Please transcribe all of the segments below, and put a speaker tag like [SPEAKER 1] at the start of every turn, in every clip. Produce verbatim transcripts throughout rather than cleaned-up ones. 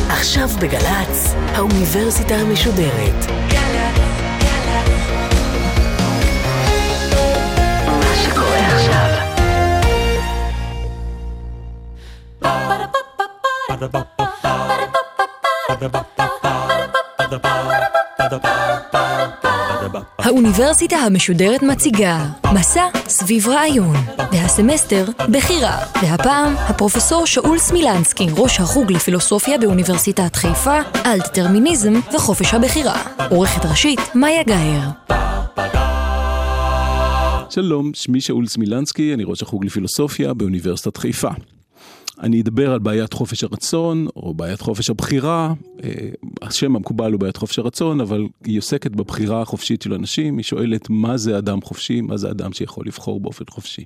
[SPEAKER 1] עכשיו בגלץ, האוניברסיטה המשודרת. מה שקורה עכשיו. האוניברסיטה המשודרת מציגה מסע סביב רעיון, והסמסטר בחירה, והפעם הפרופסור שאול סמילנסקי, ראש החוג לפילוסופיה באוניברסיטת חיפה, על דטרמיניזם וחופש הבחירה. עורכת ראשית מאיה גאייר.
[SPEAKER 2] שלום, שמי שאול סמילנסקי, אני ראש החוג לפילוסופיה באוניברסיטת חיפה. אני אדבר על בעיית חופש הרצון, או בעיית חופש הבחירה. השם המקובל הוא בעיית חופש הרצון, אבל היא עוסקת בבחירה החופשית של אנשים. היא שואלת מה זה אדם חופשי, מה זה אדם שיכול לבחור באופן חופשי.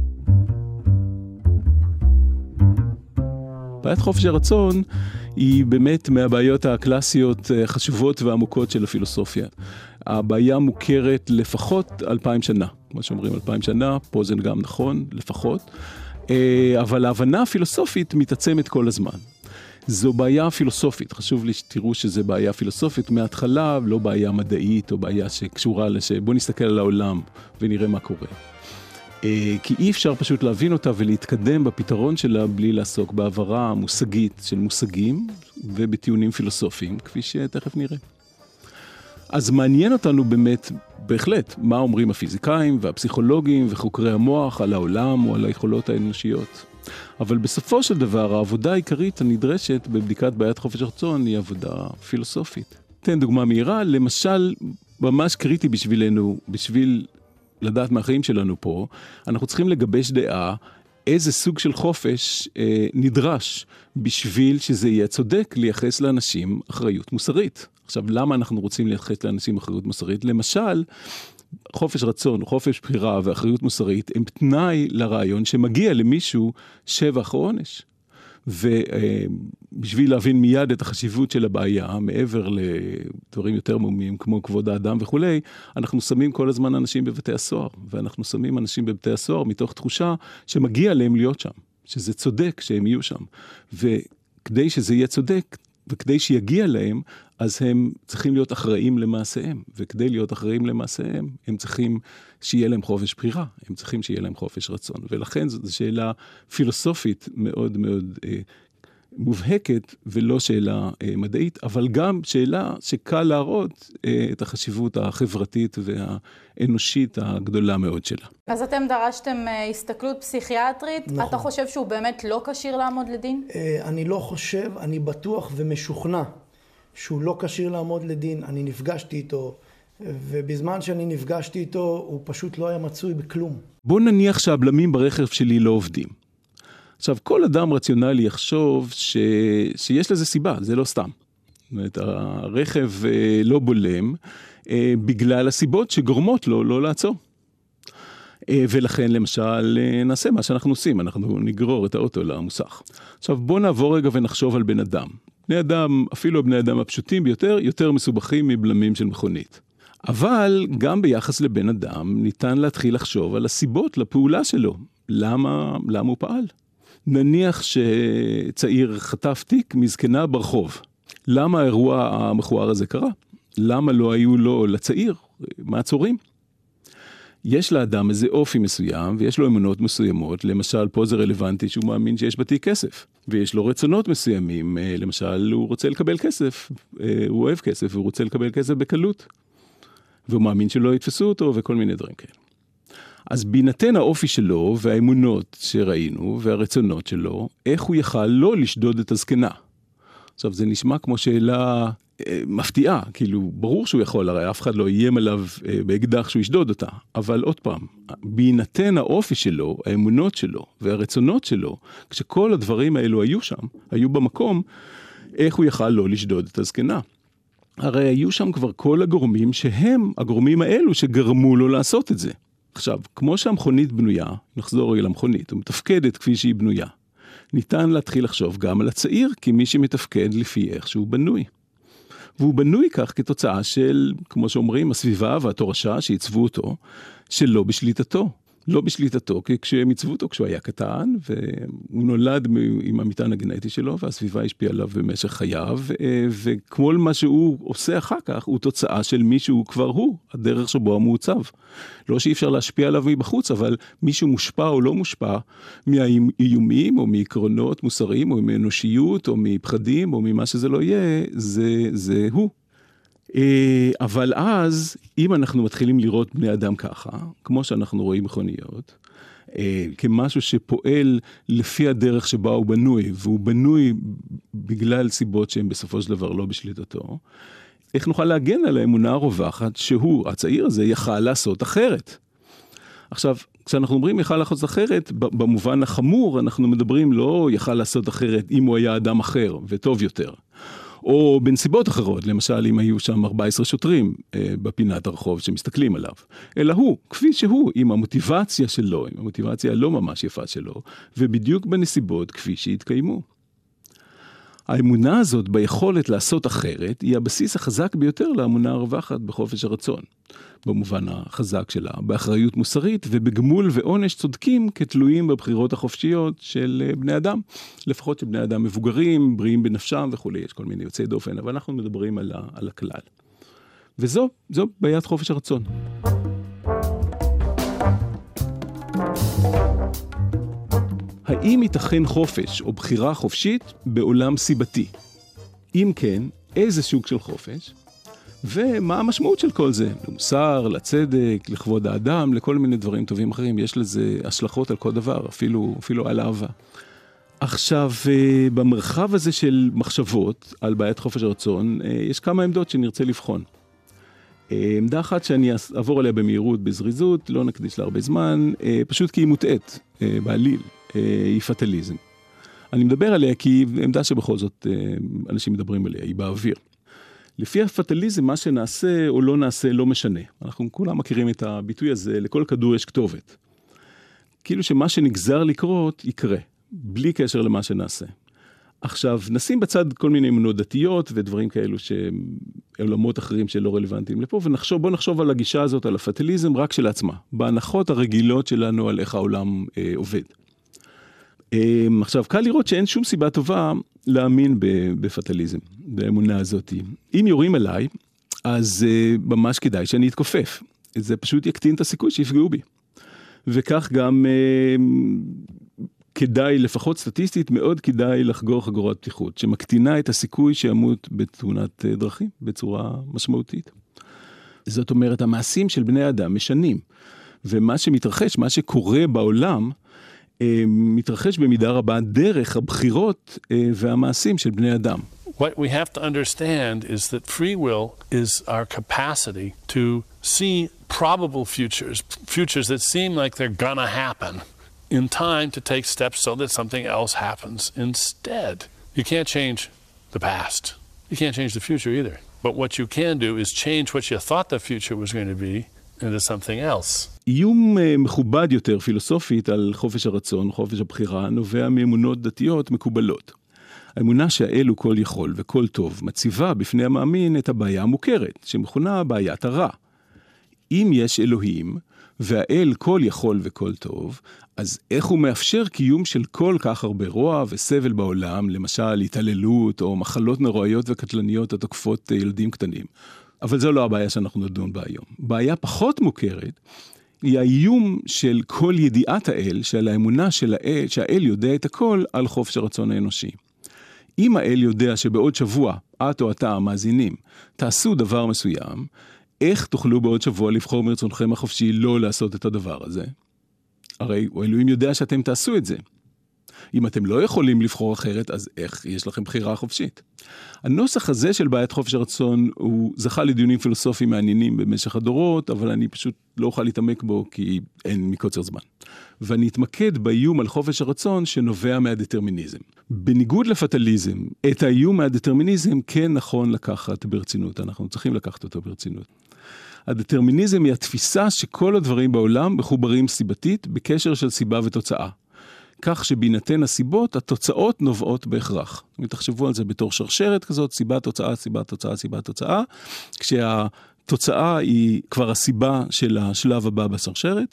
[SPEAKER 2] בעיית חופש הרצון היא באמת מהבעיות הקלאסיות חשובות ועמוקות של הפילוסופיה. הבעיה מוכרת לפחות אלפיים שנה. כמו שאומרים אלפיים שנה, פה זה גם נכון, לפחות. אבל ההבנה הפילוסופית מתעצמת כל הזמן. זו בעיה פילוסופית, חשוב לי שתראו שזה בעיה פילוסופית מההתחלה, לא בעיה מדעית או בעיה שקשורה לש... בוא נסתכל על העולם ונראה מה קורה. כי אי אפשר פשוט להבין אותה ולהתקדם בפתרון שלה בלי לעסוק בעברה מושגית של מושגים ובטיעונים פילוסופיים, כפי שתכף נראה. אז מעניין אותנו באמת, בהחלט, מה אומרים הפיזיקאים והפסיכולוגים וחוקרי המוח על העולם או על היכולות האנושיות. אבל בסופו של דבר, העבודה העיקרית הנדרשת בבדיקת בעיית חופש הרצון היא עבודה פילוסופית. תן דוגמה מהירה, למשל, ממש קריטי בשבילנו, בשביל לדעת מהחיים שלנו פה, אנחנו צריכים לגבש דעה איזה סוג של חופש אה, נדרש בשביל שזה יהיה צודק לייחס לאנשים אחריות מוסרית. עכשיו, למה אנחנו רוצים לייחס לאנשים אחריות מוסרית? למשל, חופש רצון, חופש בחירה ואחריות מוסרית הם תנאי לרעיון שמגיע למישהו שבח או עונש. ובשביל להבין מיד את החשיבות של הבעיה, מעבר לדברים יותר מומים כמו כבוד האדם וכו', אנחנו שמים כל הזמן אנשים בבתי הסוהר, ואנחנו שמים אנשים בבתי הסוהר מתוך תחושה שמגיע להם להיות שם, שזה צודק שהם יהיו שם. וכדי שזה יהיה צודק, וכדי שיגיע להם, אז הם צריכים להיות אחראים למעשיהם, וכדי להיות אחראים למעשיהם, הם צריכים שיהיה להם חופש בחירה, הם צריכים שיהיה להם חופש רצון, ולכן זו שאלה פילוסופית מאוד מאוד אה, מובהקת, ולא שאלה אה, מדעית, אבל גם שאלה שקל להראות אה, את החשיבות החברתית והאנושית הגדולה מאוד שלה.
[SPEAKER 3] אז אתם דרשתם הסתכלות פסיכיאטרית, נכון. אתה חושב שהוא באמת לא כשיר לעמוד לדין?
[SPEAKER 4] אני לא חושב, אני בטוח ומשוכנע שהוא לא כשיר לעמוד לדין. אני נפגשתי איתו, ובזמן שאני נפגשתי איתו הוא פשוט לא היה מצוי בכלום.
[SPEAKER 2] בוא נניח שהבלמים ברכב שלי לא עובדים. עכשיו, כל אדם רציונלי יחשוב ש... שיש לזה סיבה, זה לא סתם. זאת אומרת, הרכב לא בולם בגלל הסיבות שגורמות לו לא לעצור. ולכן למשל נעשה מה שאנחנו עושים, אנחנו נגרור את האוטו למוסך. עכשיו בוא נעבור רגע ונחשוב על בן אדם. בני אדם, אפילו בני אדם הפשוטים ביותר, יותר מסובכים מבלמים של מכונית. אבל גם ביחס לבן אדם ניתן להתחיל לחשוב על הסיבות לפעולה שלו. למה, למה הוא פעל? נניח שצעיר חטף תיק מזקנה ברחוב. למה האירוע המכוער הזה קרה? למה לא היו לו לצעיר מעצורים? יש לאדם איזה אופי מסוים, ויש לו אמונות מסוימות, למשל פה זה רלוונטי שהוא מאמין שיש בתיק כסף, ויש לו רצונות מסוימים, למשל הוא רוצה לקבל כסף, הוא אוהב כסף, הוא רוצה לקבל כסף בקלות, והוא מאמין שלא יתפסו אותו, וכל מיני דברים כאלה. אז בהינתן האופי שלו, והאמונות שראינו, והרצונות שלו, איך הוא יכל לא לשדוד את הזקנה? עכשיו זה נשמע כמו שאלה מפתיעה, כאילו ברור שהוא יכול, הרי אף אחד לא יהיה עליו באקדח שהוא ישדוד אותה, אבל עוד פעם, בהינתן האופי שלו, האמונות שלו והרצונות שלו, כשכל הדברים האלו היו שם, היו במקום, איך הוא יכל לא לשדוד את הזקנה? הרי היו שם כבר כל הגורמים שהם הגורמים האלו שגרמו לו לעשות את זה. עכשיו, כמו שהמכונית בנויה, נחזור רגע למכונית, הוא מתפקדת כפי שהיא בנויה, ניתן להתחיל לחשוב גם על הצעיר, כי מי שמתפקד לפי איך שהוא בנוי. והוא בנוי כך כתוצאה של, כמו שאומרים, הסביבה והתורשה שעיצבו אותו, שלא בשליטתו. לא בשליטתו, כי כשהם עיצבו אותו כשהוא היה קטן, והוא נולד עם המטען הגנטי שלו, והסביבה השפיעה עליו במשך חייו, וכל מה שהוא עושה אחר כך, הוא תוצאה של מישהו כבר הוא, הדרך שבו המעוצב. לא שאי אפשר להשפיע עליו מבחוץ, אבל מישהו מושפע או לא מושפע, מהאיומים או מעקרונות מוסריים, או מאנושיות, או מפחדים, או ממה שזה לא יהיה, זה, זה הוא. אבל אז, אם אנחנו מתחילים לראות בני אדם ככה, כמו שאנחנו רואים מכוניות, כמשהו שפועל לפי הדרך שבה הוא בנוי, והוא בנוי בגלל סיבות שהן בסופו של דבר לא בשליטתו, איך נוכל להגן על האמונה הרווחת שהוא, הצעיר הזה, יכל לעשות אחרת? עכשיו, כשאנחנו אומרים יכל לעשות אחרת, במובן החמור, אנחנו מדברים לא יכל לעשות אחרת אם הוא היה אדם אחר וטוב יותר. או בנסיבות אחרות, למשל אם היו שם ארבעה עשר שוטרים אה, בפינת הרחוב שמסתכלים עליו, אלא הוא, כפי שהוא, עם המוטיבציה שלו, עם המוטיבציה הלא ממש יפה שלו, ובדיוק בנסיבות כפי שהתקיימו. האמונה הזאת ביכולת לעשות אחרת, היא הבסיס החזק ביותר לאמונה הרווחת בחופש הרצון, במובן החזק שלה, באחריות מוסרית ובגמול ועונש צודקים כתלויים בבחירות החופשיות של בני אדם, לפחות של בני אדם מבוגרים, בריאים בנפשם וכו', יש כל מיני יוצאי דופן, אבל אנחנו מדברים על, ה, על הכלל. וזו, זו בעיית חופש הרצון. האם ייתכן חופש או בחירה חופשית בעולם סיבתי? אם כן, איזה סוג של חופש? ומה המשמעות של כל זה? למוסר, לצדק, לכבוד האדם, לכל מיני דברים טובים אחרים. יש לזה השלכות על כל דבר, אפילו, אפילו על אהבה. עכשיו, במרחב הזה של מחשבות על בעיית חופש הרצון, יש כמה עמדות שנרצה לבחון. עמדה אחת שאני אעבור עליה במהירות, בזריזות, לא נקדיש לה הרבה זמן, פשוט כי היא מוטעת בעליל. היא פטליזם. אני מדבר עליה כי היא עמדה שבכל זאת אנשים מדברים עליה, היא באוויר. לפי הפטליזם, מה שנעשה או לא נעשה לא משנה. אנחנו כולם מכירים את הביטוי הזה, לכל כדור יש כתובת. כאילו שמה שנגזר לקרות יקרה, בלי קשר למה שנעשה. עכשיו, נשים בצד כל מיני אמונות דתיות ודברים כאלו שעולמות אחרים שלא רלוונטיים לפה, ונחשוב, בוא נחשוב על הגישה הזאת, על הפטליזם רק של עצמה, בהנחות הרגילות שלנו על איך העולם אה, עובד. עכשיו, קל לראות שאין שום סיבה טובה להאמין בפטליזם, באמונה הזאת. אם יורים עליי, אז ממש כדאי שאני אתכופף. זה פשוט יקטין את הסיכוי שיפגעו בי. וכך גם כדאי, לפחות סטטיסטית, מאוד כדאי לחגור חגורת פתיחות, שמקטינה את הסיכוי שימות בתאונת דרכים בצורה משמעותית. זאת אומרת, המעשים של בני אדם משנים. ומה שמתרחש, מה שקורה בעולם, מתרחש במידה רבה דרך הבחירות והמעשים של בני אדם.
[SPEAKER 5] What we have to understand is that free will is our capacity to see probable futures, futures that seem like they're gonna happen in time to take steps so that something else happens instead. You can't change the past. You can't change the future either. But what you can do is change what you thought the future was going to be into something else.
[SPEAKER 2] איום מכובד יותר פילוסופית על חופש הרצון, חופש הבחירה, נובע מאמונות דתיות מקובלות. האמונה שהאל הוא כל יכול וכל טוב, מציבה בפני המאמין את הבעיה המוכרת, שמכונה בעיית הרע. אם יש אלוהים, והאל כל יכול וכל טוב, אז איך הוא מאפשר קיום של כל כך הרבה רוע וסבל בעולם, למשל התעללות או מחלות נוראיות וקטלניות התוקפות ילדים קטנים? אבל זו לא הבעיה שאנחנו נדון בה היום. בעיה פחות מוכרת, היא האיום של כל ידיעת האל, של האמונה של האל, שהאל יודע את הכל על חופש הרצון האנושי. אם האל יודע שבעוד שבוע, את או אתה המאזינים, תעשו דבר מסוים, איך תוכלו בעוד שבוע לבחור מרצונכם החופשי לא לעשות את הדבר הזה? הרי אלוהים יודע שאתם תעשו את זה. אם אתם לא יכולים לבחור אחרת, אז איך יש לכם בחירה חופשית? הנוסח הזה של בעיית חופש הרצון, הוא זכה לדיונים פילוסופיים מעניינים במשך הדורות, אבל אני פשוט לא אוכל להתעמק בו, כי אין מקוצר זמן. ואני אתמקד באיום על חופש הרצון שנובע מהדטרמיניזם. בניגוד לפטליזם, את האיום מהדטרמיניזם כן נכון לקחת ברצינות, אנחנו צריכים לקחת אותו ברצינות. הדטרמיניזם היא התפיסה שכל הדברים בעולם מחוברים סיבתית בקשר של סיבה ותוצאה. כך שבהינתן הסיבות, התוצאות נובעות בהכרח. אם תחשבו על זה בתור שרשרת כזאת, סיבה, תוצאה, סיבה, תוצאה, סיבה, תוצאה, כשה... התוצאה היא כבר הסיבה של השלב הבא בשרשרת,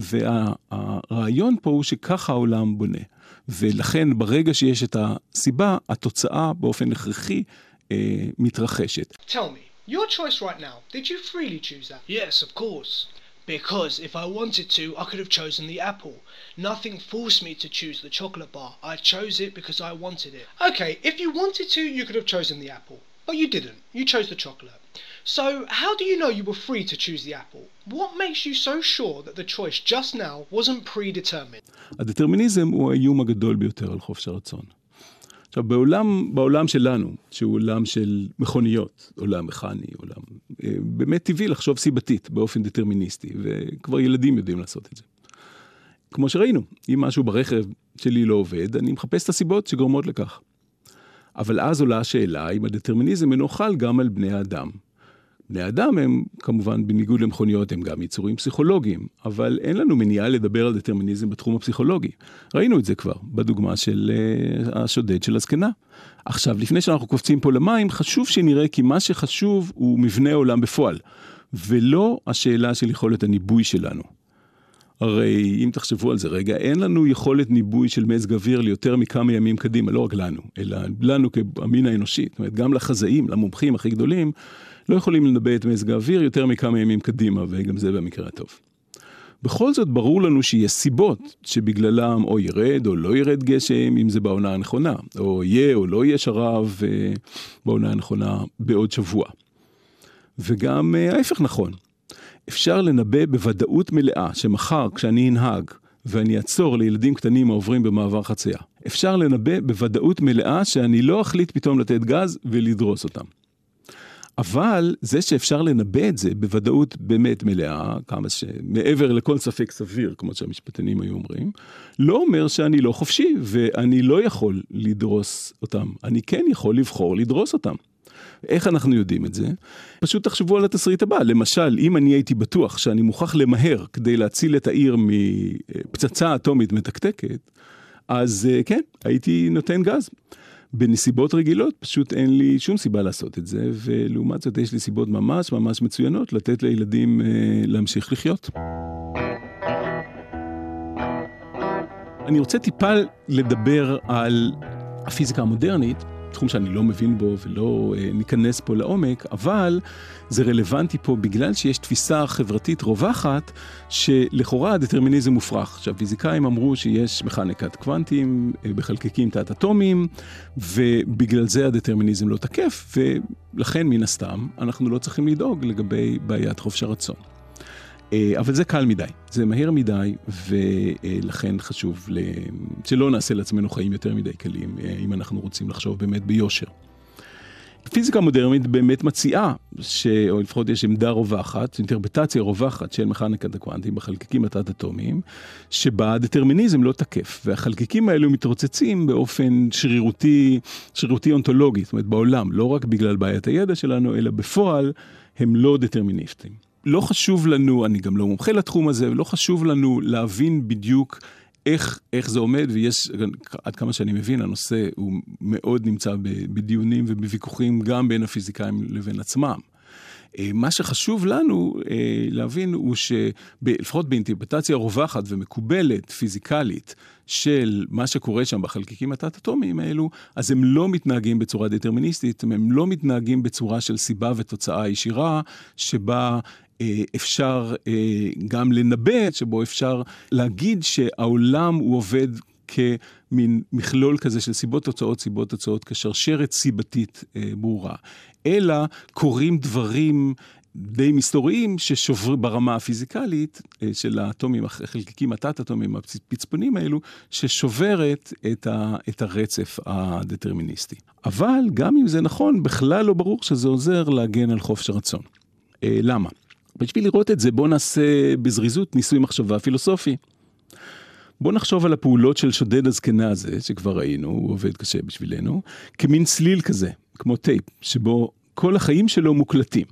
[SPEAKER 2] והרעיון פה הוא שככה העולם בונה. ולכן ברגע שיש את הסיבה, התוצאה באופן הכרחי אה, מתרחשת.
[SPEAKER 6] Tell me, your choice right now, did you freely choose that? Yes, of course. Because if I wanted to, I could have chosen the apple. Nothing forced me to choose the chocolate bar. I chose it because I wanted it. Okay, if you wanted to, you could have chosen the apple. But you didn't. You chose the chocolate. So, how do you know you were free to choose the apple? What makes you so sure that the choice just now wasn't predetermined?
[SPEAKER 2] הדטרמיניזם הוא האיום הגדול ביותר על חופש הרצון. עכשיו, בעולם, בעולם שלנו, שהוא עולם של מכוניות, עולם מכני, עולם, באמת טבעי לחשוב סיבתית באופן דטרמיניסטי, וכבר ילדים יודעים לעשות את זה. כמו שראינו, אם משהו ברכב שלי לא עובד, אני מחפש את הסיבות שגורמות לכך. אבל אז עולה השאלה אם הדטרמיניזם אינו חל גם על בני האדם. בני האדם הם, כמובן, בניגוד למכוניות, הם גם יצורים פסיכולוגיים, אבל אין לנו מניעה לדבר על דטרמיניזם בתחום הפסיכולוגי. ראינו את זה כבר, בדוגמה של uh, השודד של הזקנה. עכשיו, לפני שאנחנו קופצים פה למים, חשוב שנראה כי מה שחשוב הוא מבנה העולם בפועל, ולא השאלה של יכולת הניבוי שלנו. הרי אם תחשבו על זה רגע, אין לנו יכולת ניבוי של מזג אוויר ליותר מכמה ימים קדימה, לא רק לנו, אלא לנו כמין האנושי. זאת אומרת, גם לחזאים, למומחים הכי גדולים, לא יכולים לנבא את מזג האוויר יותר מכמה ימים קדימה, וגם זה במקרה הטוב. בכל זאת ברור לנו שיש סיבות שבגללם או ירד או לא ירד גשם, אם זה בעונה הנכונה, או יהיה או לא יהיה שרב בעונה הנכונה בעוד שבוע. וגם ההפך נכון. אפשר לנבא בוודאות מלאה שמחר כשאני אנהג ואני אעצור לילדים קטנים העוברים במעבר חצייה, אפשר לנבא בוודאות מלאה שאני לא אחליט פתאום לתת גז ולדרוס אותם. אבל זה שאפשר לנבא את זה בוודאות באמת מלאה, כמה שמעבר לכל ספק סביר, כמו שהמשפטנים היו אומרים, לא אומר שאני לא חופשי ואני לא יכול לדרוס אותם. אני כן יכול לבחור לדרוס אותם. איך אנחנו יודעים את זה? פשוט תחשבו על התסריט הבא. למשל, אם אני הייתי בטוח שאני מוכרח למהר כדי להציל את העיר מפצצה אטומית מתקתקת, אז כן, הייתי נותן גז. בנסיבות רגילות פשוט אין לי שום סיבה לעשות את זה, ולעומת זאת יש לי סיבות ממש ממש מצוינות לתת לילדים אה, להמשיך לחיות. אני רוצה טיפה לדבר על הפיזיקה המודרנית, תחום שאני לא מבין בו ולא אה, ניכנס פה לעומק, אבל זה רלוונטי פה בגלל שיש תפיסה חברתית רווחת שלכאורה הדטרמיניזם מופרך. עכשיו, פיזיקאים אמרו שיש מכניקת קוונטים אה, בחלקיקים תת-אטומיים, ובגלל זה הדטרמיניזם לא תקף, ולכן מן הסתם אנחנו לא צריכים לדאוג לגבי בעיית חופש הרצון. אבל זה קל מדי, זה מהר מדי, ולכן חשוב שלא נעשה לעצמנו חיים יותר מדי קלים, אם אנחנו רוצים לחשוב באמת ביושר. פיזיקה מודרנית באמת מציעה, ש... או לפחות יש עמדה רווחת, אינטרפרטציה רווחת של מכניקת הקוונטים בחלקיקים התת-אטומיים, שבה הדטרמיניזם לא תקף, והחלקיקים האלו מתרוצצים באופן שרירותי, שרירותי אונתולוגי, זאת אומרת בעולם, לא רק בגלל בעיית הידע שלנו, אלא בפועל הם לא דטרמיניסטים. לא חשוב לנו, אני גם לא מומחה לתחום הזה, ולא חשוב לנו להבין בדיוק איך, איך זה עומד, ויש, עד כמה שאני מבין, הנושא הוא מאוד נמצא בדיונים ובוויכוחים גם בין הפיזיקאים לבין עצמם. מה שחשוב לנו להבין הוא שלפחות באינטרפרטציה רווחת ומקובלת פיזיקלית של מה שקורה שם בחלקיקים התת-אטומיים האלו, אז הם לא מתנהגים בצורה דטרמיניסטית, הם לא מתנהגים בצורה של סיבה ותוצאה ישירה, שבה אפשר גם לנבא, שבו אפשר להגיד שהעולם הוא עובד כמין מכלול כזה של סיבות תוצאות, סיבות תוצאות, כשרשרת סיבתית ברורה. אלא קוראים דברים די מסתוריים ששוברים ברמה הפיזיקלית של האטומים, החלקיקים התת-אטומיים, הפצפונים האלו, ששוברת את, ה, את הרצף הדטרמיניסטי. אבל גם אם זה נכון, בכלל לא ברור שזה עוזר להגן על חופש הרצון. למה? בשביל לראות את זה, בוא נעשה בזריזות ניסוי מחשבה פילוסופי. בוא נחשוב על הפעולות של שודד הזקנה הזה, שכבר ראינו, הוא עובד קשה בשבילנו, כמין צליל כזה, כמו טייפ, שבו כל החיים שלו מוקלטים.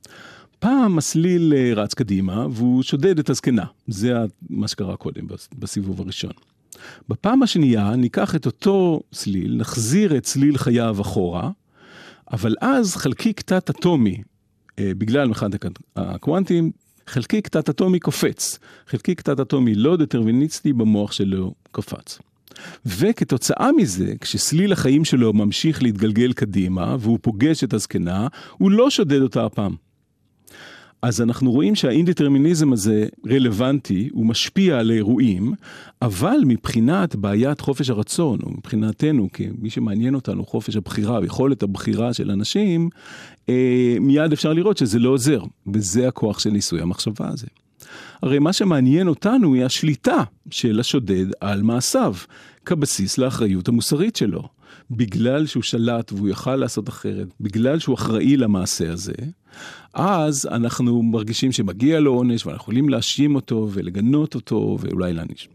[SPEAKER 2] פעם הסליל רץ קדימה, והוא שודד את הזקנה. זה מה שקרה קודם, בסיבוב הראשון. בפעם השנייה, ניקח את אותו סליל, נחזיר את סליל חייו אחורה, אבל אז חלקיק תת-אטומי, בגלל מכניקת הקוונטים, חלקיק תת-אטומי קופץ. חלקיק תת-אטומי לא דטרמיניסטי במוח שלו קופץ. וכתוצאה מזה, כשסליל החיים שלו ממשיך להתגלגל קדימה, והוא פוגש את הזקנה, הוא לא שודד אותה הפעם. אז אנחנו רואים שהאינדטרמיניזם הזה רלוונטי, הוא משפיע על האירועים, אבל מבחינת בעיית חופש הרצון, או מבחינתנו, כמי שמעניין אותנו חופש הבחירה, ויכולת הבחירה של אנשים, אה, מיד אפשר לראות שזה לא עוזר, וזה הכוח של ניסוי המחשבה הזה. הרי מה שמעניין אותנו היא השליטה של השודד על מעשיו, כבסיס לאחריות המוסרית שלו. בגלל שהוא שלט והוא יכל לעשות אחרת, בגלל שהוא אחראי למעשה הזה, אז אנחנו מרגישים שמגיע לו עונש, ואנחנו יכולים להאשים אותו ולגנות אותו, ואולי להעניש.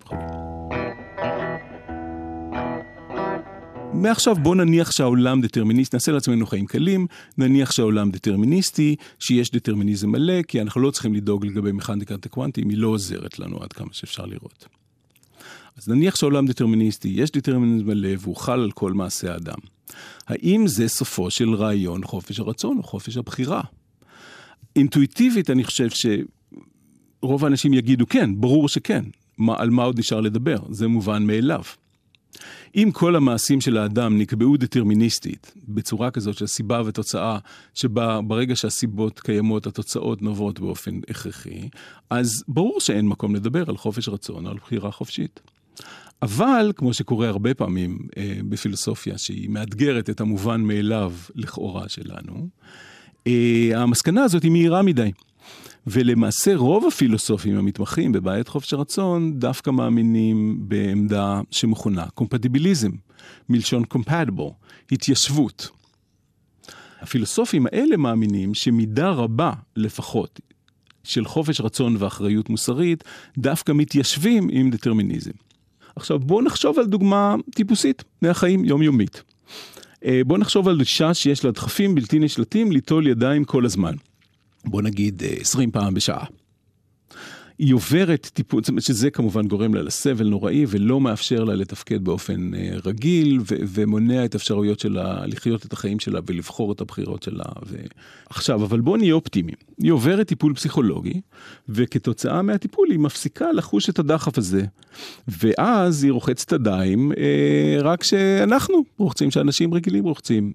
[SPEAKER 2] מעכשיו בוא נניח שהעולם דטרמיניסטי, נעשה לעצמנו חיים קלים, נניח שהעולם דטרמיניסטי, שיש דטרמיניזם מלא, כי אנחנו לא צריכים לדאוג לגבי מכניקת הקוונטים, היא לא עוזרת לנו עד כמה שאפשר לראות. אז נניח שהעולם דטרמיניסטי, יש דטרמיניזם מלא והוא חל על כל מעשה האדם. האם זה סופו של רעיון חופש הרצון או חופש הבחירה? אינטואיטיבית אני חושב שרוב האנשים יגידו כן, ברור שכן. מה, על מה עוד נשאר לדבר? זה מובן מאליו. אם כל המעשים של האדם נקבעו דטרמיניסטית, בצורה כזאת של סיבה ותוצאה, שבה ברגע שהסיבות קיימות, התוצאות נובעות באופן הכרחי, אז ברור שאין מקום לדבר על חופש רצון או על בחירה חופשית. אבל, כמו שקורה הרבה פעמים אה, בפילוסופיה, שהיא מאתגרת את המובן מאליו לכאורה שלנו, אה, המסקנה הזאת היא מהירה מדי. ולמעשה רוב הפילוסופים המתמחים בבעיית חופש הרצון דווקא מאמינים בעמדה שמכונה קומפטיביליזם, מלשון compatible, התיישבות. הפילוסופים האלה מאמינים שמידה רבה לפחות של חופש רצון ואחריות מוסרית דווקא מתיישבים עם דטרמיניזם. עכשיו בואו נחשוב על דוגמה טיפוסית מהחיים יומיומית. בואו נחשוב על אישה שיש לה דחפים בלתי נשלטים ליטול ידיים כל הזמן. בוא נגיד עשרים פעם בשעה. היא עוברת טיפול, שזה כמובן גורם לה לסבל נוראי, ולא מאפשר לה לתפקד באופן רגיל, ו- ומונע את האפשרויות שלה, לחיות את החיים שלה, ולבחור את הבחירות שלה. ו... עכשיו, אבל בוא נהיה אופטימיים. היא עוברת טיפול פסיכולוגי, וכתוצאה מהטיפול היא מפסיקה לחוש את הדחף הזה. ואז היא רוחצת ידיים, אה, רק שאנחנו רוחצים, שאנשים רגילים רוחצים.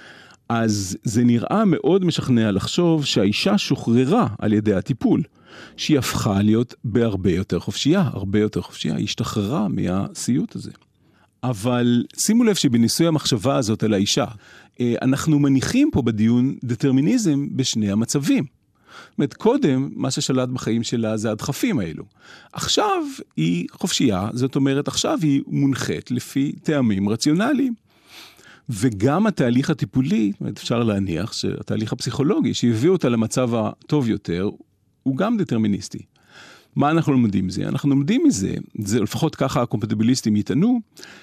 [SPEAKER 2] אז זה נראה מאוד משכנע לחשוב שהאישה שוחררה על ידי הטיפול, שהיא הפכה להיות בהרבה יותר חופשייה, הרבה יותר חופשייה, היא השתחררה מהסיוט הזה. אבל שימו לב שבניסוי המחשבה הזאת על האישה, אנחנו מניחים פה בדיון דטרמיניזם בשני המצבים. זאת אומרת, קודם מה ששלט בחיים שלה זה הדחפים האלו. עכשיו היא חופשייה, זאת אומרת עכשיו היא מונחית לפי טעמים רציונליים. וגם התהליך הטיפולי, אפשר להניח שהתהליך הפסיכולוגי שהביא אותה למצב הטוב יותר, הוא גם דטרמיניסטי. מה אנחנו לומדים מזה? אנחנו לומדים מזה, זה לפחות ככה הקומפטיביליסטים יטענו,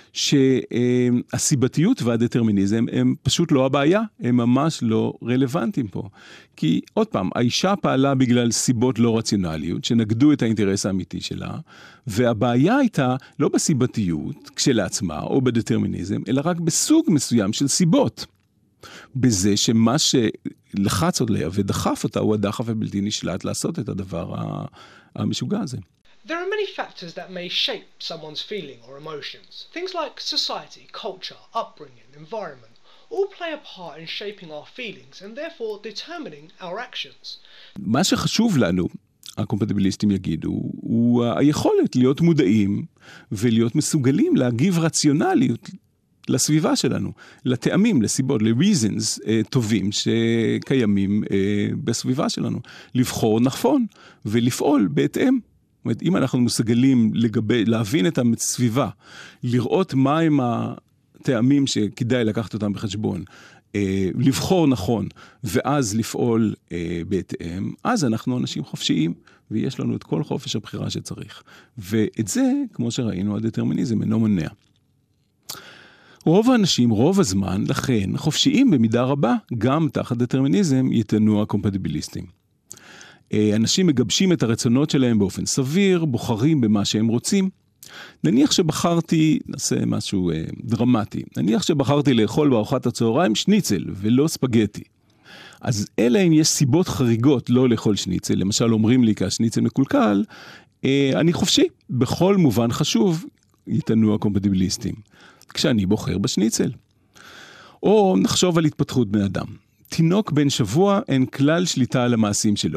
[SPEAKER 2] שהסיבתיות והדטרמיניזם הם פשוט לא הבעיה, הם ממש לא רלוונטיים פה. כי עוד פעם, האישה פעלה בגלל סיבות לא רציונליות, שנגדו את האינטרס האמיתי שלה, והבעיה הייתה לא בסיבתיות כשלעצמה או בדטרמיניזם, אלא רק בסוג מסוים של סיבות. בזה שמה שלחץ עליה ודחף אותה הוא הדחף הבלתי נשלט לעשות את הדבר המשוגע הזה.
[SPEAKER 6] There are many factors that may shape someone's feeling or emotions. Things like society, culture, upbringing, environment, all play a part in shaping our feelings and therefore determining our actions.
[SPEAKER 2] מה שחשוב לנו, הקומפטיביליסטים יגידו, הוא היכולת להיות מודעים ולהיות מסוגלים להגיב רציונליות לסביבה שלנו, לטעמים, לסיבות, ל-reasons אה, טובים שקיימים אה, בסביבה שלנו. לבחור נכון ולפעול בהתאם. זאת אומרת, אם אנחנו מסוגלים לגבי, להבין את הסביבה, לראות מהם הטעמים שכדאי לקחת אותם בחשבון, אה, לבחור נכון ואז לפעול אה, בהתאם, אז אנחנו אנשים חופשיים ויש לנו את כל חופש הבחירה שצריך. ואת זה, כמו שראינו, הדטרמיניזם אינו מונע. רוב האנשים, רוב הזמן, לכן, חופשיים במידה רבה, גם תחת דטרמיניזם יתנו הקומפטיביליסטים. אנשים מגבשים את הרצונות שלהם באופן סביר, בוחרים במה שהם רוצים. נניח שבחרתי, נעשה משהו דרמטי, נניח שבחרתי לאכול בארוחת הצהריים שניצל ולא ספגטי. אז אלא אם יש סיבות חריגות לא לאכול שניצל, למשל אומרים לי כי השניצל מקולקל, אני חופשי, בכל מובן חשוב יתנו הקומפטיביליסטים, כשאני בוחר בשניצל. או נחשוב על התפתחות בני אדם. תינוק בן שבוע אין כלל שליטה על המעשים שלו.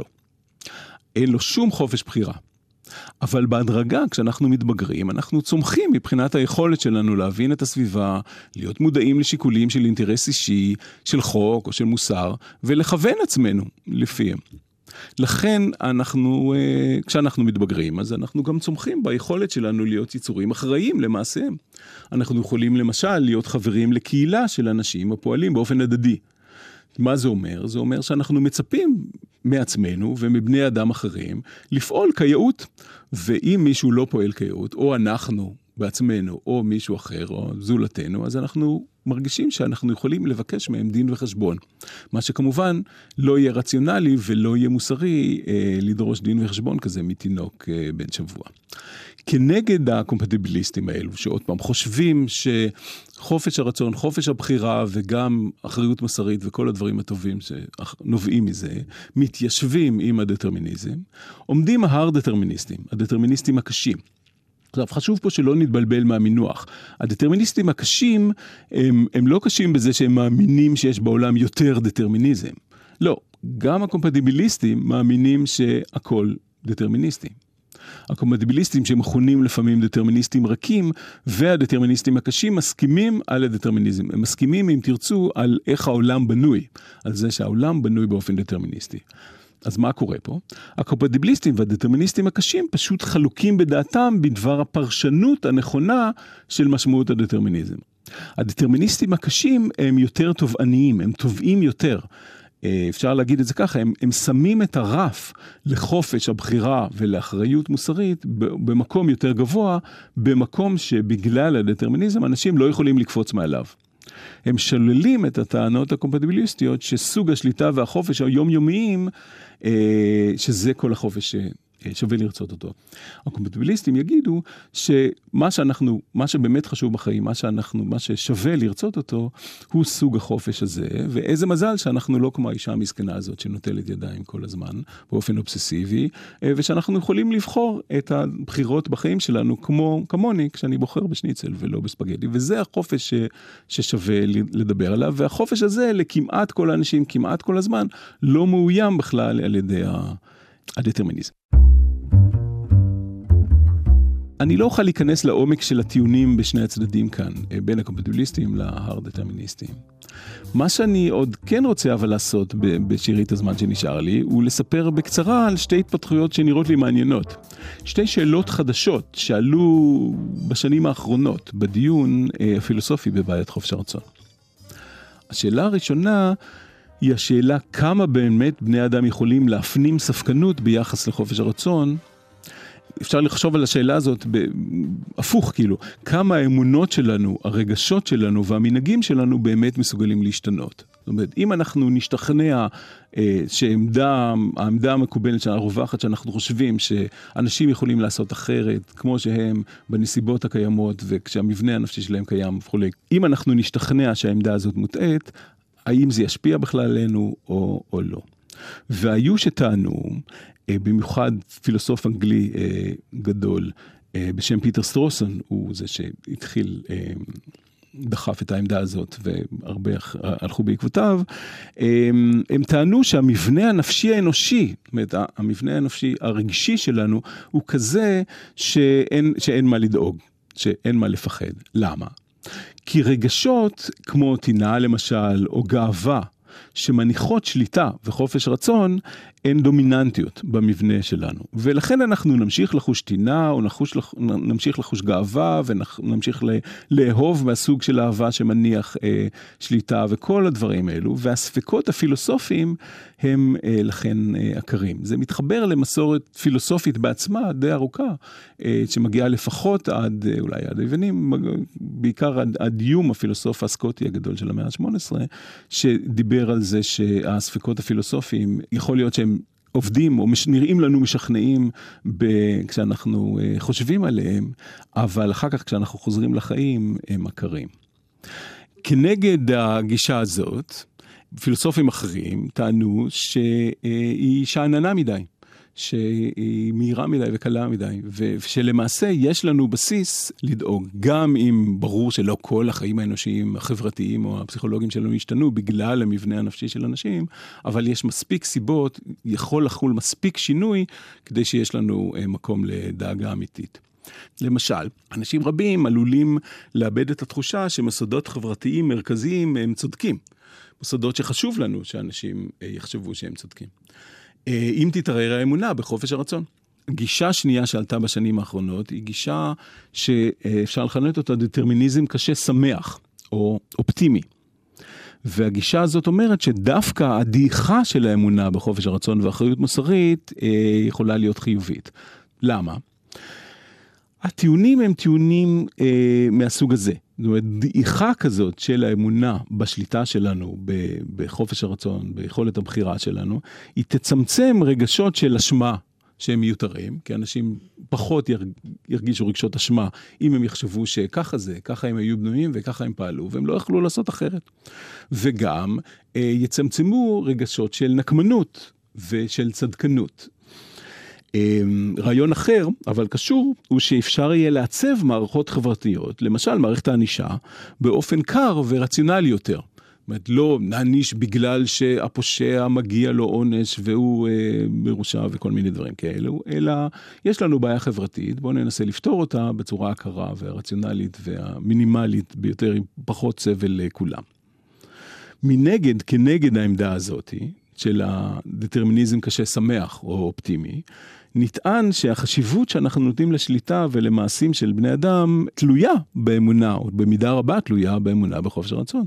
[SPEAKER 2] אין לו שום חופש בחירה. אבל בהדרגה, כשאנחנו מתבגרים, אנחנו צומחים מבחינת היכולת שלנו להבין את הסביבה, להיות מודעים לשיקולים של אינטרס אישי, של חוק או של מוסר, ולכוון עצמנו לפיהם. לכן אנחנו, כשאנחנו מתבגרים, אז אנחנו גם צומחים ביכולת שלנו להיות יצורים אחראיים למעשיהם. אנחנו יכולים למשל להיות חברים לקהילה של אנשים הפועלים באופן הדדי. מה זה אומר? זה אומר שאנחנו מצפים מעצמנו ומבני אדם אחרים לפעול כיאות, ואם מישהו לא פועל כיאות, או אנחנו בעצמנו, או מישהו אחר, או זולתנו, אז אנחנו מרגישים שאנחנו יכולים לבקש מהם דין וחשבון. מה שכמובן לא יהיה רציונלי ולא יהיה מוסרי אה, לדרוש דין וחשבון כזה מתינוק אה, בן שבוע. כנגד הקומפטיביליסטים האלו, שעוד פעם חושבים שחופש הרצון, חופש הבחירה וגם אחריות מוסרית וכל הדברים הטובים שנובעים מזה, מתיישבים עם הדטרמיניזם, עומדים ההרד-דטרמיניסטים, הדטרמיניסטים הקשים. עכשיו, חשוב פה שלא נתבלבל מהמינוח. הדטרמיניסטים הקשים, הם, הם לא קשים בזה שהם מאמינים שיש בעולם יותר דטרמיניזם. לא, גם הקומפטיביליסטים מאמינים שהכל דטרמיניסטי. הקומפטיביליסטים שמכונים לפעמים דטרמיניסטים רכים, והדטרמיניסטים הקשים מסכימים על הדטרמיניזם. הם מסכימים, אם תרצו, על איך העולם בנוי, על זה שהעולם בנוי באופן דטרמיניסטי. אז מה קורה פה? הקומפטיביליסטים והדטרמיניסטים הקשים פשוט חלוקים בדעתם בדבר הפרשנות הנכונה של משמעות הדטרמיניזם. הדטרמיניסטים הקשים הם יותר תובעניים, הם תובעים יותר. אפשר להגיד את זה ככה, הם, הם שמים את הרף לחופש הבחירה ולאחריות מוסרית במקום יותר גבוה, במקום שבגלל הדטרמיניזם אנשים לא יכולים לקפוץ מעליו. הם שללים את הטענות הקומפטיביליסטיות שסוג השליטה והחופש היומיומיים, שזה כל החופש שווה לרצות אותו. הקומפטיביליסטים יגידו שמה שאנחנו, מה שבאמת חשוב בחיים, מה שאנחנו, מה ששווה לרצות אותו, הוא סוג החופש הזה, ואיזה מזל שאנחנו לא כמו האישה המסכנה הזאת שנוטלת ידיים כל הזמן, באופן אובססיבי, ושאנחנו יכולים לבחור את הבחירות בחיים שלנו כמו, כמוני, כשאני בוחר בשניצל ולא בספגטי, וזה החופש ש, ששווה לדבר עליו, והחופש הזה לכמעט כל האנשים, כמעט כל הזמן, לא מאוים בכלל על ידי הדטרמיניזם. אני לא אוכל להיכנס לעומק של הטיעונים בשני הצדדים כאן, בין הקומפטיביליסטים להרד-דטרמיניסטים. מה שאני עוד כן רוצה אבל לעשות בשארית הזמן שנשאר לי, הוא לספר בקצרה על שתי התפתחויות שנראות לי מעניינות. שתי שאלות חדשות שעלו בשנים האחרונות בדיון הפילוסופי בבעיית חופש הרצון. השאלה הראשונה היא השאלה כמה באמת בני אדם יכולים להפנים ספקנות ביחס לחופש הרצון. אפשר לחשוב על השאלה הזאת בהפוך, כאילו, כמה האמונות שלנו, הרגשות שלנו והמנהגים שלנו באמת מסוגלים להשתנות. זאת אומרת, אם אנחנו נשתכנע אה, שעמדה, העמדה המקובלת של הרווחת, שאנחנו חושבים שאנשים יכולים לעשות אחרת, כמו שהם בנסיבות הקיימות, וכשהמבנה הנפשי שלהם קיים וכו'. אם אנחנו נשתכנע שהעמדה הזאת מוטעת, האם זה ישפיע בכלל עלינו או, או לא. והיו שטענו, במיוחד פילוסוף אנגלי גדול בשם פיטר סטרוסון, הוא זה שהתחיל, דחף את העמדה הזאת והרבה הלכו בעקבותיו, הם טענו שהמבנה הנפשי האנושי, זאת אומרת, המבנה הנפשי הרגשי שלנו הוא כזה שאין, שאין מה לדאוג, שאין מה לפחד. למה? כי רגשות כמו טינה למשל או גאווה, שמניחות שליטה וחופש רצון, הן דומיננטיות במבנה שלנו. ולכן אנחנו נמשיך לחוש טינה, או נחוש, נמשיך לחוש גאווה, ונמשיך לאהוב מהסוג של אהבה שמניח אה, שליטה, וכל הדברים האלו. והספקות הפילוסופיים הם אה, לכן אה, עקרים. זה מתחבר למסורת פילוסופית בעצמה, די ארוכה, אה, שמגיעה לפחות עד, אה, אולי עד היוונים, בעיקר עד, עד יום הפילוסוף הסקוטי הגדול של המאה ה-שמונה עשרה, שדיבר על זה שהספקות הפילוסופיים, יכול להיות שהם עובדים או נראים לנו משכנעים כשאנחנו חושבים עליהם, אבל אחר כך כשאנחנו חוזרים לחיים הם עקרים. כנגד הגישה הזאת, פילוסופים אחרים טענו שהיא שעננה מדי, שהיא מהירה מדי וקלה מדי, ושלמעשה יש לנו בסיס לדאוג, גם אם ברור שלא כל החיים האנושיים, החברתיים או הפסיכולוגיים שלנו השתנו בגלל המבנה הנפשי של אנשים, אבל יש מספיק סיבות, יכול לחול מספיק שינוי, כדי שיש לנו מקום לדאגה אמיתית. למשל, אנשים רבים עלולים לאבד את התחושה שמסודות חברתיים מרכזיים הם צודקים. מסודות שחשוב לנו שאנשים יחשבו שהם צודקים. אם תתערער האמונה בחופש הרצון. גישה שנייה שעלתה בשנים האחרונות היא גישה שאפשר לכנות אותה דטרמיניזם קשה שמח או אופטימי. והגישה הזאת אומרת שדווקא הדעיכה של האמונה בחופש הרצון ואחריות מוסרית יכולה להיות חיובית. למה? הטיעונים הם טיעונים אה, מהסוג הזה. זאת אומרת, דעיכה כזאת של האמונה בשליטה שלנו, בחופש הרצון, ביכולת הבחירה שלנו, היא תצמצם רגשות של אשמה שהם מיותרים, כי אנשים פחות ירגישו רגשות אשמה, אם הם יחשבו שככה זה, ככה הם היו בנויים וככה הם פעלו, והם לא יכלו לעשות אחרת. וגם אה, יצמצמו רגשות של נקמנות ושל צדקנות. רעיון אחר, אבל קשור, הוא שאפשר יהיה לעצב מערכות חברתיות, למשל מערכת הענישה, באופן קר ורציונלי יותר. זאת אומרת, לא נעניש בגלל שהפושע מגיע לו עונש והוא אה, מרושע וכל מיני דברים כאלו, אלא יש לנו בעיה חברתית, בואו ננסה לפתור אותה בצורה הקרה והרציונלית והמינימלית ביותר, עם פחות סבל לכולם. מנגד, כנגד העמדה הזאת, של הדטרמיניזם קשה שמח או אופטימי, נטען שהחשיבות שאנחנו נותנים לשליטה ולמעשים של בני אדם תלויה באמונה, או במידה רבה תלויה באמונה בחופש הרצון.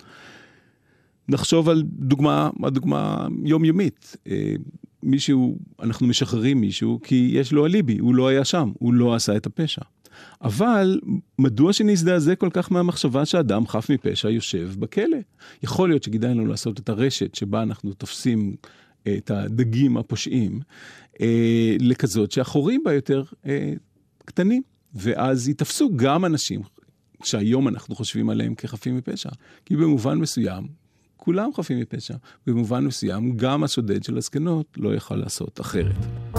[SPEAKER 2] נחשוב על דוגמה, הדוגמה יומיומית. מישהו, אנחנו משחררים מישהו כי יש לו אליבי, הוא לא היה שם, הוא לא עשה את הפשע. אבל מדוע שנזדעזע כל כך מהמחשבה שאדם חף מפשע יושב בכלא? יכול להיות שכדאי לנו לעשות את הרשת שבה אנחנו תופסים את הדגים הפושעים, אה, לכזאת שהחורים בה יותר אה, קטנים, ואז יתפסו גם אנשים שהיום אנחנו חושבים עליהם כחפים מפשע, כי במובן מסוים כולם חפים מפשע, במובן מסוים גם השודד של הזקנות לא יוכל לעשות אחרת.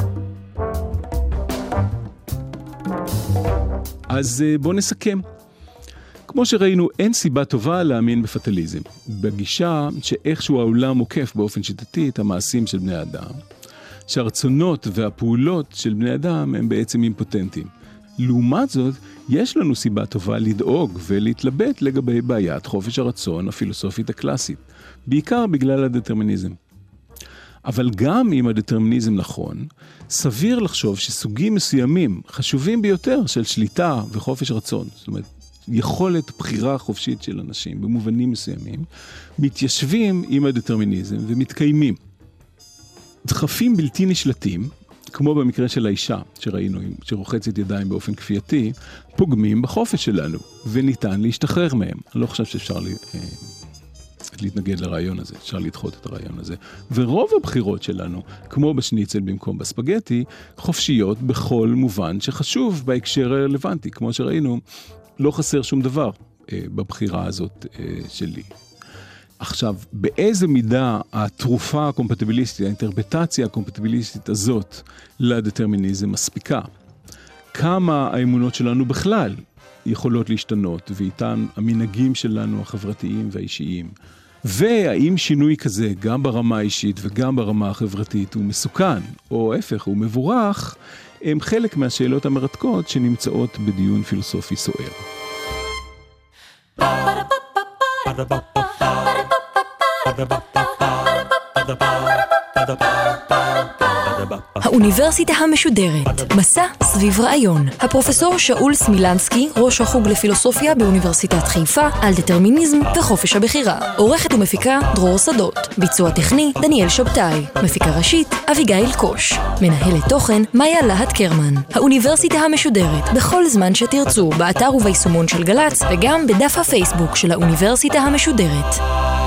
[SPEAKER 2] אז בואו נסכם. כמו שראינו, אין סיבה טובה להאמין בפטליזם. בגישה שאיכשהו העולם מוקף באופן שיטתי את המעשים של בני אדם, שהרצונות והפעולות של בני אדם הם בעצם אימפוטנטים. לעומת זאת, יש לנו סיבה טובה לדאוג ולהתלבט לגבי בעיית חופש הרצון הפילוסופית הקלאסית, בעיקר בגלל הדטרמיניזם. אבל גם אם הדטרמיניזם נכון, סביר לחשוב שסוגים מסוימים חשובים ביותר של שליטה וחופש רצון, זאת אומרת, יכולת בחירה חופשית של אנשים במובנים מסוימים, מתיישבים עם הדטרמיניזם ומתקיימים. דחפים בלתי נשלטים, כמו במקרה של האישה שראינו, שרוחצת ידיים באופן כפייתי, פוגמים בחופש שלנו, וניתן להשתחרר מהם. אני לא חושב שאפשר לי... להתנגד לרעיון הזה, אפשר לדחות את הרעיון הזה. ורוב הבחירות שלנו, כמו בשניצל במקום בספגטי, חופשיות בכל מובן שחשוב בהקשר הרלוונטי. כמו שראינו, לא חסר שום דבר אה, בבחירה הזאת אה, שלי. עכשיו, באיזה מידה התרופה הקומפטיביליסטית, האינטרפטציה הקומפטיביליסטית הזאת לדטרמיניזם מספיקה? כמה האמונות שלנו בכלל יכולות להשתנות, ואיתן המנהגים שלנו החברתיים והאישיים? והאם שינוי כזה, גם ברמה האישית וגם ברמה החברתית, הוא מסוכן, או ההפך, הוא מבורך, הם חלק מהשאלות המרתקות שנמצאות בדיון פילוסופי סוער.
[SPEAKER 1] האוניברסיטה המשודרת, מסע סביב רעיון. הפרופסור שאול סמילנסקי, ראש החוג לפילוסופיה באוניברסיטת חיפה, על דטרמיניזם וחופש הבחירה. עורכת ומפיקה דרור שדות. ביצוע טכני דניאל שבתאי. מפיקה ראשית אביגיל קוש. מנהלת תוכן מאיה להט קרמן. האוניברסיטה המשודרת, בכל זמן שתרצו, באתר וביישומון של גל"צ, וגם בדף הפייסבוק של האוניברסיטה המשודרת.